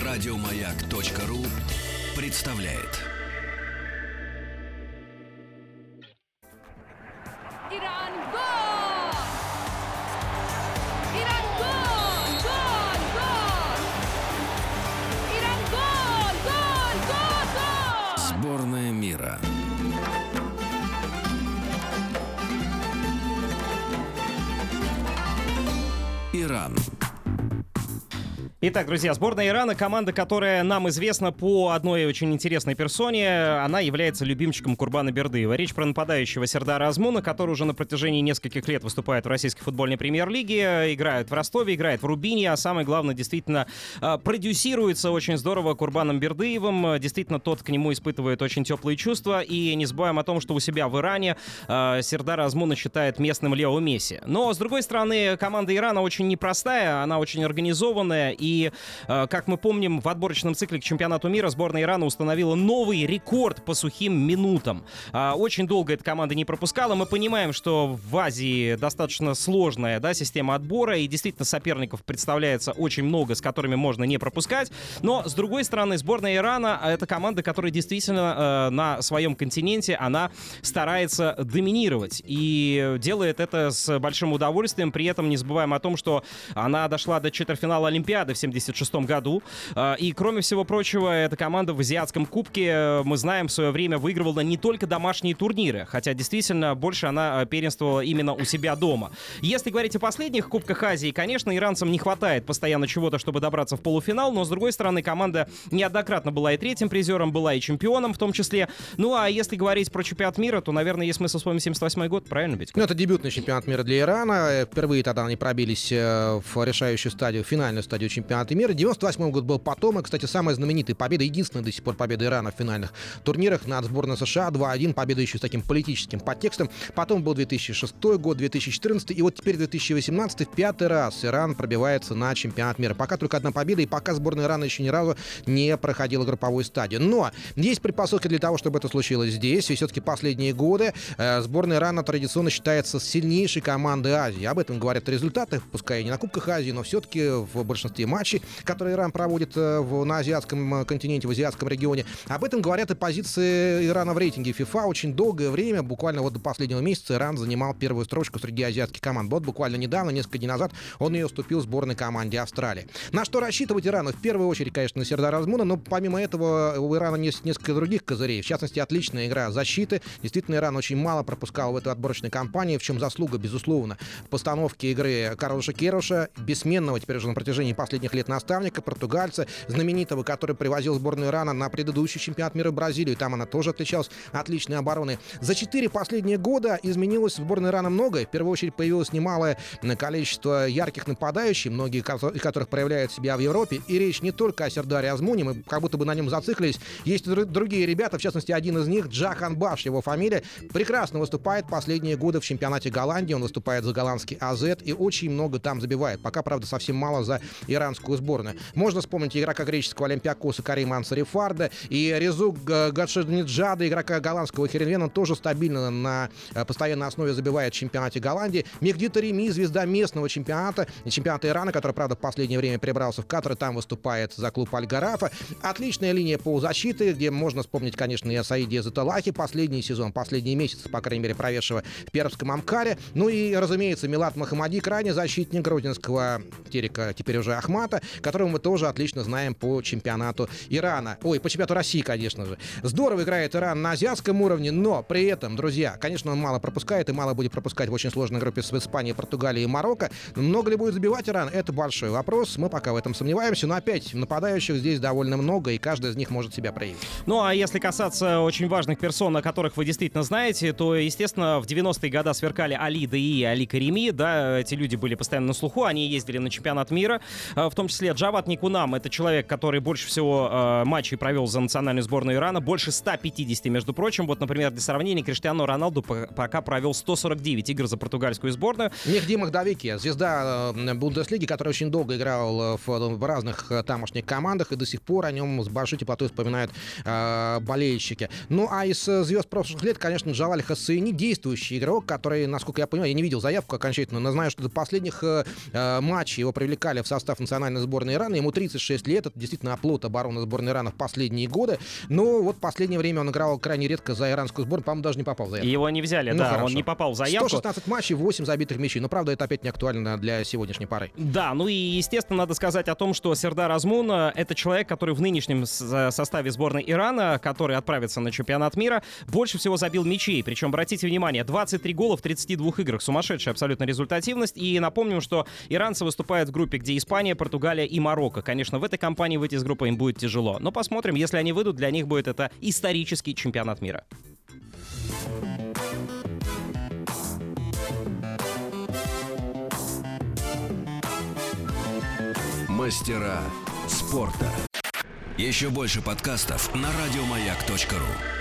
Радиомаяк.ру представляет. Иран, гол! Иран, гол! Гол! Гол! Иран, гол! Гол! Гол! Гол! Сборная мира. Иран. Итак, друзья, сборная Ирана — команда, которая нам известна по одной очень интересной персоне. Она является любимчиком Курбана Бердыева. Речь про нападающего Сердара Азмуна, который уже на протяжении нескольких лет выступает в российской футбольной премьер-лиге, играет в Ростове, играет в Рубине, а самое главное, действительно продюсируется очень здорово Курбаном Бердыевым. Действительно, тот к нему испытывает очень теплые чувства. И не забываем о том, что у себя в Иране Сердара Азмуна считает местным Лео Месси. Но, с другой стороны, команда Ирана очень непростая, она очень организованная. И, как мы помним, в отборочном цикле к чемпионату мира сборная Ирана установила новый рекорд по сухим минутам. Очень долго эта команда не пропускала. Мы понимаем, что в Азии достаточно сложная, система отбора, и действительно соперников представляется очень много, с которыми можно не пропускать. Но, с другой стороны, сборная Ирана — это команда, которая действительно на своем континенте, она старается доминировать. И делает это с большим удовольствием. При этом не забываем о том, что она дошла до четвертьфинала Олимпиады в 1976 году. И, кроме всего прочего, эта команда в Азиатском кубке, мы знаем, в свое время выигрывала не только домашние турниры, хотя действительно больше она первенствовала именно у себя дома. Если говорить о последних Кубках Азии, конечно, иранцам не хватает постоянно чего-то, чтобы добраться в полуфинал, но, с другой стороны, команда неоднократно была и третьим призером, была и чемпионом в том числе. Ну, а если говорить про чемпионат мира, то, наверное, есть смысл вспомнить 78 год, правильно, Бетька? Ну, это дебютный чемпионат мира для Ирана. Впервые тогда они пробились в решающую стадию, финальную стадию чемпионата мира. 98 год был потом, и, кстати, самая знаменитая победа, единственная до сих пор победа Ирана в финальных турнирах над сборной США, 2-1, победа еще с таким политическим подтекстом. Потом был 2006 год, 2014, и вот теперь 2018, в пятый раз Иран пробивается на чемпионат мира. Пока только одна победа, и пока сборная Ирана еще ни разу не проходила групповую стадию. Но есть предпосылки для того, чтобы это случилось здесь, и все-таки последние годы сборная Ирана традиционно считается сильнейшей командой Азии. Об этом говорят результаты, пускай и не на Кубках Азии, но все-таки в большинстве матчей, которые Иран проводит на азиатском континенте, в азиатском регионе. Об этом говорят и позиции Ирана в рейтинге FIFA. Очень долгое время, буквально вот до последнего месяца, Иран занимал первую строчку среди азиатских команд. Вот буквально недавно, несколько дней назад, он ее уступил сборной команде Австралии. На что рассчитывать Ирану? В первую очередь, конечно, на Сердара Азмуна, но помимо этого у Ирана есть несколько других козырей. В частности, отличная игра защиты. Действительно, Иран очень мало пропускал в этой отборочной кампании, в чем заслуга, безусловно, в постановке игры Карлоша Кейроша, бессменного теперь уже на протяжении последних лет наставника, португальца, знаменитого, который привозил сборную Ирана на предыдущий чемпионат мира в Бразилию. Там она тоже отличалась отличной обороной. За 4 последние года изменилось в сборной Ирана многое. В первую очередь появилось немалое количество ярких нападающих, многие из которых проявляют себя в Европе. И речь не только о Сердаре Азмуне, мы как будто бы на нем зациклились. Есть и другие ребята, в частности, один из них, Джахан Баш, его фамилия, прекрасно выступает последние годы в чемпионате Голландии. Он выступает за голландский АЗ и очень много там забивает. Пока, правда, совсем мало за иранскую сборную. Можно вспомнить игрока греческого Олимпиакоса Карима Ансарифарда и Резу Гаджиниджада, игрока голландского Херенвена, тоже стабильно на постоянной основе забивает в чемпионате Голландии. Мехди Тареми, звезда местного чемпионата Ирана, который, правда, в последнее время перебрался в Катар, и там выступает за клуб Аль-Гарафа. Отличная линия полузащиты, где можно вспомнить, конечно, и о Саиде Заталахе, последний сезон, последние месяцы, по крайней мере, проведшего в Пермском Амкаре. Ну и, разумеется, Милад Махамади, крайний защитник гродненского Терека, теперь уже Ахмата, которого мы тоже отлично знаем по чемпионату Ирана. Ой, по чемпионату России, конечно же. Здорово играет Иран на азиатском уровне, но при этом, друзья, конечно, он мало пропускает и мало будет пропускать в очень сложной группе с Испанией, Португалией и Марокко. Много ли будет забивать Иран? Это большой вопрос. Мы пока в этом сомневаемся, но опять нападающих здесь довольно много, и каждый из них может себя проявить. Ну, а если касаться очень важных персон, о которых вы действительно знаете, то, естественно, в 90-е годы сверкали Али Даи и Али Карими, эти люди были постоянно на слуху, они ездили на чемпионат мира, в том числе Джавад Никунам, это человек, который больше всего матчей провел за национальную сборную Ирана, больше 150, между прочим. Вот, например, для сравнения, Криштиану Роналду пока провел 149 игр за португальскую сборную. Мехди Махдавики, звезда Бундеслиги, который очень долго играл в разных тамошних командах, и до сих пор о нем с большой теплотой вспоминают болельщики. Ну, а из звезд прошлых лет, конечно, Джаваль Хассейни, действующий игрок, который, насколько я понимаю, я не видел заявку окончательно, но знаю, что до последних матчей его привлекали в состав национальной национальной сборной Ирана. Ему 36 лет, это действительно оплот обороны сборной Ирана в последние годы. Но вот в последнее время он играл крайне редко за иранскую сборную, по-моему, даже не попал в заявку. Его не взяли, да, хорошо. он не попал в заявку. 116 матчей, 8 забитых мячей. Но, правда, это опять не актуально для сегодняшней пары. Да, ну и, естественно, надо сказать о том, что Сердар Азмун — это человек, который в нынешнем составе сборной Ирана, который отправится на чемпионат мира, больше всего забил мячей. Причем, обратите внимание, 23 гола в 32 играх. Сумасшедшая абсолютно результативность. И напомним, что иранцы выступают в группе, где Испания, Португалия и Марокко. Конечно, в этой кампании выйти из группы им будет тяжело. Но посмотрим, если они выйдут, для них будет это исторический чемпионат мира. Мастера спорта. Еще больше подкастов на радиомаяк.ру.